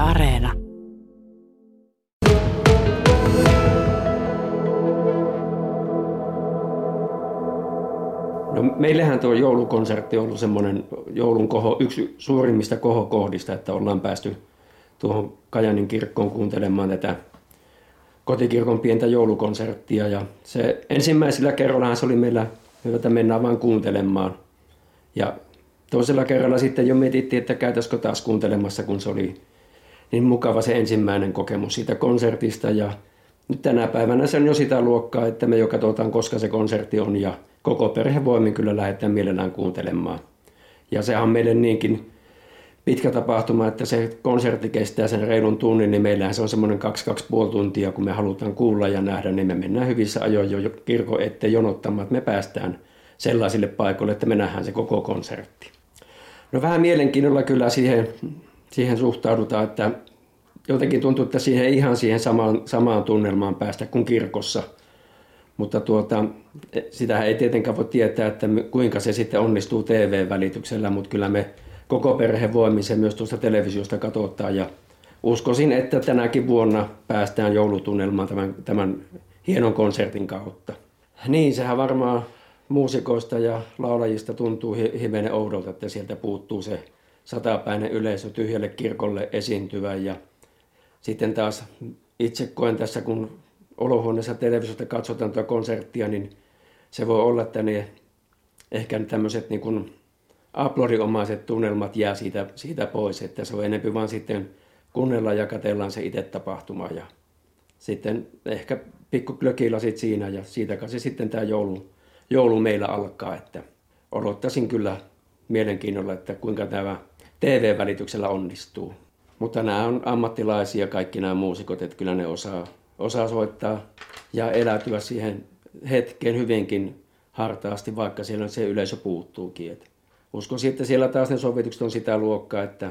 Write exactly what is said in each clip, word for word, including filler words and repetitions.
Areena. No, meillähän tuo joulukonsertti on ollut semmoinen joulun koho, yksi suurimmista kohokohdista, että ollaan päästy tuohon Kajaanin kirkkoon kuuntelemaan tätä kotikirkon pientä joulukonserttia. Ja se ensimmäisellä kerrallahan se oli meillä hyvä, että mennään vaan kuuntelemaan. Ja toisella kerralla sitten jo mietittiin, että käytäisikö taas kuuntelemassa, kun se oli niin mukava se ensimmäinen kokemus siitä konsertista. Ja nyt tänä päivänä se on jo sitä luokkaa, että me jo katsotaan, koska se konsertti on, ja koko perhe voimin kyllä lähdetään mielellään kuuntelemaan. Ja sehän on meille niinkin pitkä tapahtuma, että se konsertti kestää sen reilun tunnin, niin meillähän se on semmoinen kaksi, kaksi puoli tuntia, kun me halutaan kuulla ja nähdä, niin me mennään hyvissä ajoin jo kirkon eteen jonottamaan, että me päästään sellaisille paikoille, että me nähdään se koko konsertti. No vähän mielenkiinnolla kyllä siihen, siihen suhtaudutaan, että jotenkin tuntuu, että siihen ei ihan siihen samaan, samaan tunnelmaan päästä kuin kirkossa. Mutta tuota, sitä ei tietenkään voi tietää, että kuinka se sitten onnistuu T V-välityksellä, mutta kyllä me koko perhe voimin se myös tuosta televisiosta katsotaan. Ja uskoisin, että tänäkin vuonna päästään joulutunnelmaan tämän, tämän hienon konsertin kautta. Niin, sehän varmaan muusikoista ja laulajista tuntuu hivenen oudolta, että sieltä puuttuu se satapäinen yleisö tyhjälle kirkolle esiintyvän. Ja sitten taas itse koen tässä, kun olohuoneessa televisiosta katsotaan tuota konserttia, niin se voi olla, että ne ehkä tämmöiset niin kuin aplodiomaiset tunnelmat jää siitä, siitä pois, että se on enemmän vaan sitten kuunnella ja katsellaan se itse tapahtuma ja sitten ehkä pikku glögilasit siinä ja siitä kanssa sitten tämä joulu, joulu meillä alkaa, että odottaisin kyllä mielenkiinnolla, että kuinka tämä T V-välityksellä onnistuu. Mutta nämä on ammattilaisia kaikki nämä muusikot, että kyllä ne osaa, osaa soittaa ja eläytyä siihen hetkeen hyvinkin hartaasti, vaikka siellä se yleisö puuttuukin. Et uskoisin, että siellä taas ne sovitukset on sitä luokkaa, että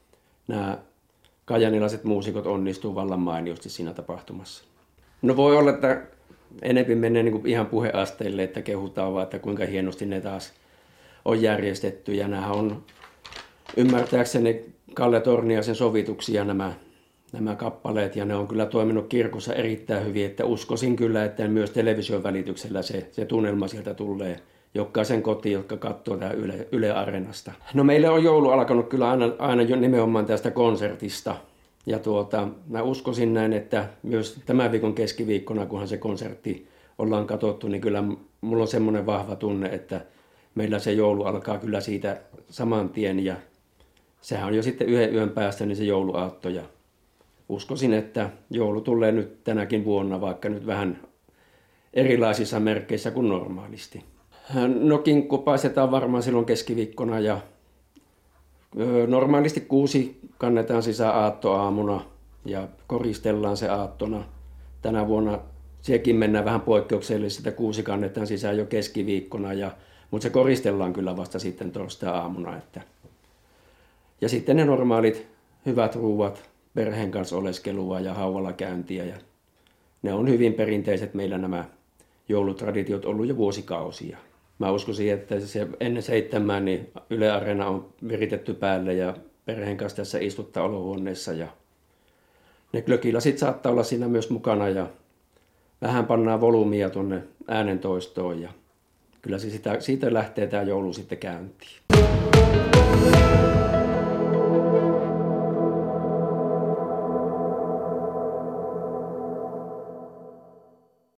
nämä kajaanilaiset muusikot onnistuu vallan mainiosti siinä tapahtumassa. No voi olla, että enemmän menee niin kuin ihan puheasteille, että kehutaan vaan, että kuinka hienosti ne taas on järjestetty. Ja nämä on ymmärtääkseni Kalle Torniaisen sovituksia nämä, nämä kappaleet, ja ne on kyllä toiminut kirkossa erittäin hyvin, että uskoisin kyllä, että myös television välityksellä se, se tunnelma sieltä tulee jokaisen kotiin, jotka katsoo tähän Yle, Yle Areenasta. No meille on joulu alkanut kyllä aina, aina jo nimenomaan tästä konsertista, ja tuota, mä uskoisin näin, että myös tämän viikon keskiviikkona, kunhan se konsertti ollaan katsottu, niin kyllä mulla on semmoinen vahva tunne, että meillä se joulu alkaa kyllä siitä saman tien, ja sehän on jo sitten yhden yön päästä niin se jouluaatto, ja uskoisin, että joulu tulee nyt tänäkin vuonna, vaikka nyt vähän erilaisissa merkeissä kuin normaalisti. No kinkku paistetaan varmaan silloin keskiviikkona, ja normaalisti kuusi kannetaan sisään aattoaamuna ja koristellaan se aattona. Tänä vuonna sekin mennään vähän poikkeuksellisesti, että kuusi kannetaan sisään jo keskiviikkona, ja, mutta se koristellaan kyllä vasta sitten torstai-aamuna. Että. Ja sitten ne normaalit hyvät ruuat, perheen kanssa oleskelua ja hauvalla käyntiä. Ja ne on hyvin perinteiset meillä nämä joulutraditiot ollut jo vuosikausia. Mä uskoisin, että se ennen seitsemään niin Yle Areena on viritetty päälle ja perheen kanssa tässä istuttaa olohuoneessa. Ja ne glögilasit saattaa olla siinä myös mukana ja vähän pannaan volyymia tuonne äänentoistoon. Ja kyllä se sitä, siitä lähtee tämä joulu sitten käyntiin.